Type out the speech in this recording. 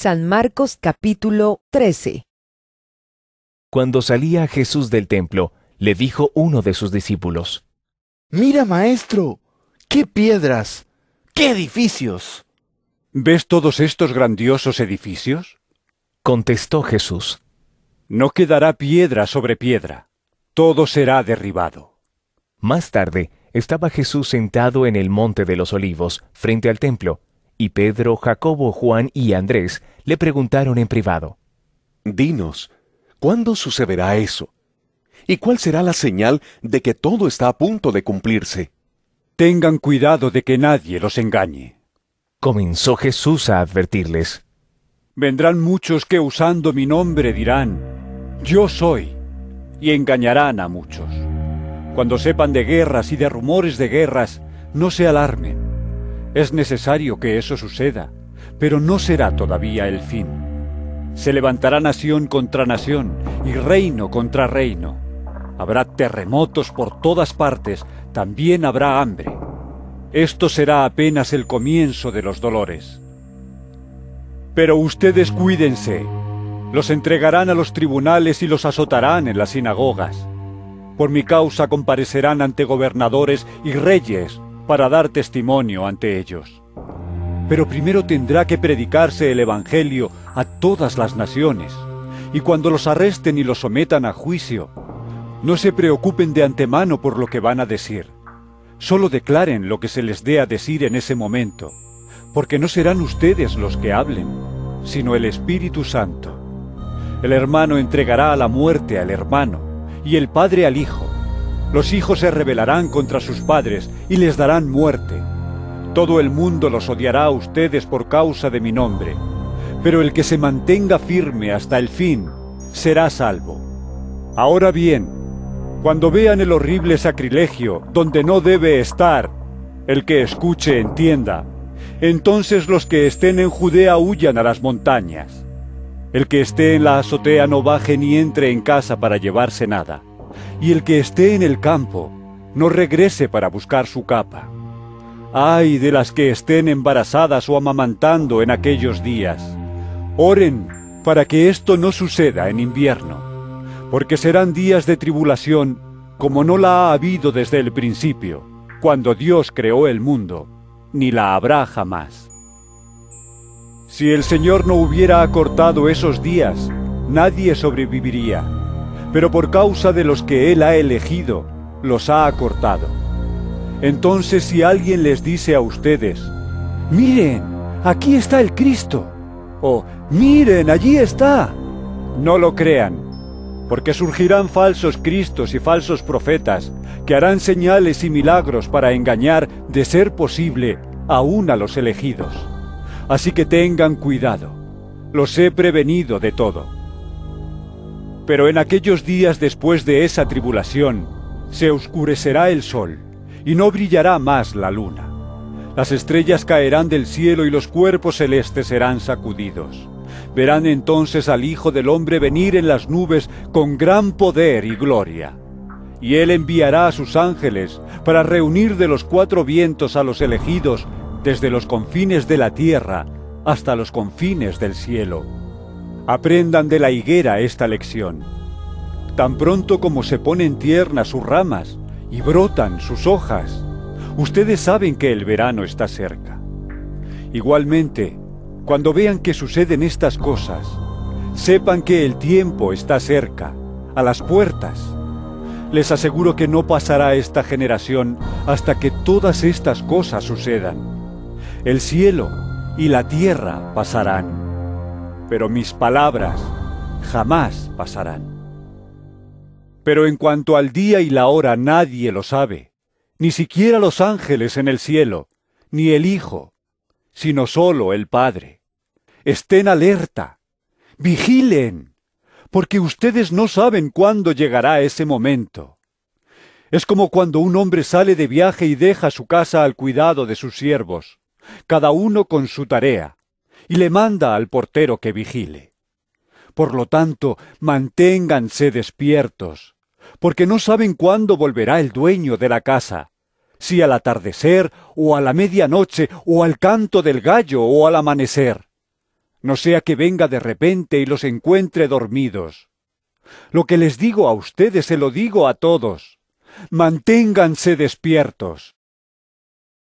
San Marcos capítulo 13. Cuando salía Jesús del templo, le dijo uno de sus discípulos: «Mira, maestro, qué piedras, qué edificios». ¿Ves todos estos grandiosos edificios? Contestó Jesús: No quedará piedra sobre piedra, todo será derribado. Más tarde, estaba Jesús sentado en el monte de los Olivos, frente al templo, y Pedro, Jacobo, Juan y Andrés le preguntaron en privado: Dinos, ¿cuándo sucederá eso? ¿Y cuál será la señal de que todo está a punto de cumplirse? Tengan cuidado de que nadie los engañe. Comenzó Jesús a advertirles: Vendrán muchos que usando mi nombre dirán: Yo soy, y engañarán a muchos. Cuando sepan de guerras y de rumores de guerras, no se alarmen. Es necesario que eso suceda, pero no será todavía el fin. Se levantará nación contra nación y reino contra reino. Habrá terremotos por todas partes, también habrá hambre. Esto será apenas el comienzo de los dolores. Pero ustedes cuídense. Los entregarán a los tribunales y los azotarán en las sinagogas. Por mi causa comparecerán ante gobernadores y reyes para dar testimonio ante ellos. Pero primero tendrá que predicarse el Evangelio a todas las naciones. Y cuando los arresten y los sometan a juicio, no se preocupen de antemano por lo que van a decir. Solo declaren lo que se les dé a decir en ese momento, porque no serán ustedes los que hablen, sino el Espíritu Santo. El hermano entregará a la muerte al hermano, y el padre al hijo. Los hijos se rebelarán contra sus padres y les darán muerte. Todo el mundo los odiará a ustedes por causa de mi nombre, pero el que se mantenga firme hasta el fin será salvo. Ahora bien, cuando vean el horrible sacrilegio donde no debe estar, el que escuche entienda. Entonces los que estén en Judea huyan a las montañas. El que esté en la azotea no baje ni entre en casa para llevarse nada. Y el que esté en el campo no regrese para buscar su capa. ¡Ay de las que estén embarazadas o amamantando en aquellos días! Oren para que esto no suceda en invierno, porque serán días de tribulación como no la ha habido desde el principio, cuando Dios creó el mundo, ni la habrá jamás. Si el Señor no hubiera acortado esos días, nadie sobreviviría, pero por causa de los que Él ha elegido, los ha acortado. Entonces si alguien les dice a ustedes: «Miren, aquí está el Cristo», o «Miren, allí está», no lo crean, porque surgirán falsos cristos y falsos profetas que harán señales y milagros para engañar, de ser posible, aún a los elegidos. Así que tengan cuidado, los he prevenido de todo. Pero en aquellos días después de esa tribulación, se oscurecerá el sol, y no brillará más la luna. Las estrellas caerán del cielo y los cuerpos celestes serán sacudidos. Verán entonces al Hijo del Hombre venir en las nubes con gran poder y gloria. Y Él enviará a sus ángeles para reunir de los cuatro vientos a los elegidos, desde los confines de la tierra hasta los confines del cielo. Aprendan de la higuera esta lección. Tan pronto como se ponen tiernas sus ramas y brotan sus hojas, ustedes saben que el verano está cerca. Igualmente, cuando vean que suceden estas cosas, sepan que el tiempo está cerca, a las puertas. Les aseguro que no pasará esta generación hasta que todas estas cosas sucedan. El cielo y la tierra pasarán, pero mis palabras jamás pasarán. Pero en cuanto al día y la hora nadie lo sabe, ni siquiera los ángeles en el cielo, ni el Hijo, sino solo el Padre. Estén alerta, vigilen, porque ustedes no saben cuándo llegará ese momento. Es como cuando un hombre sale de viaje y deja su casa al cuidado de sus siervos, cada uno con su tarea, y le manda al portero que vigile. Por lo tanto, manténganse despiertos, porque no saben cuándo volverá el dueño de la casa, si al atardecer, o a la medianoche, o al canto del gallo, o al amanecer. no sea que venga de repente y los encuentre dormidos. Lo que les digo a ustedes se lo digo a todos. Manténganse despiertos.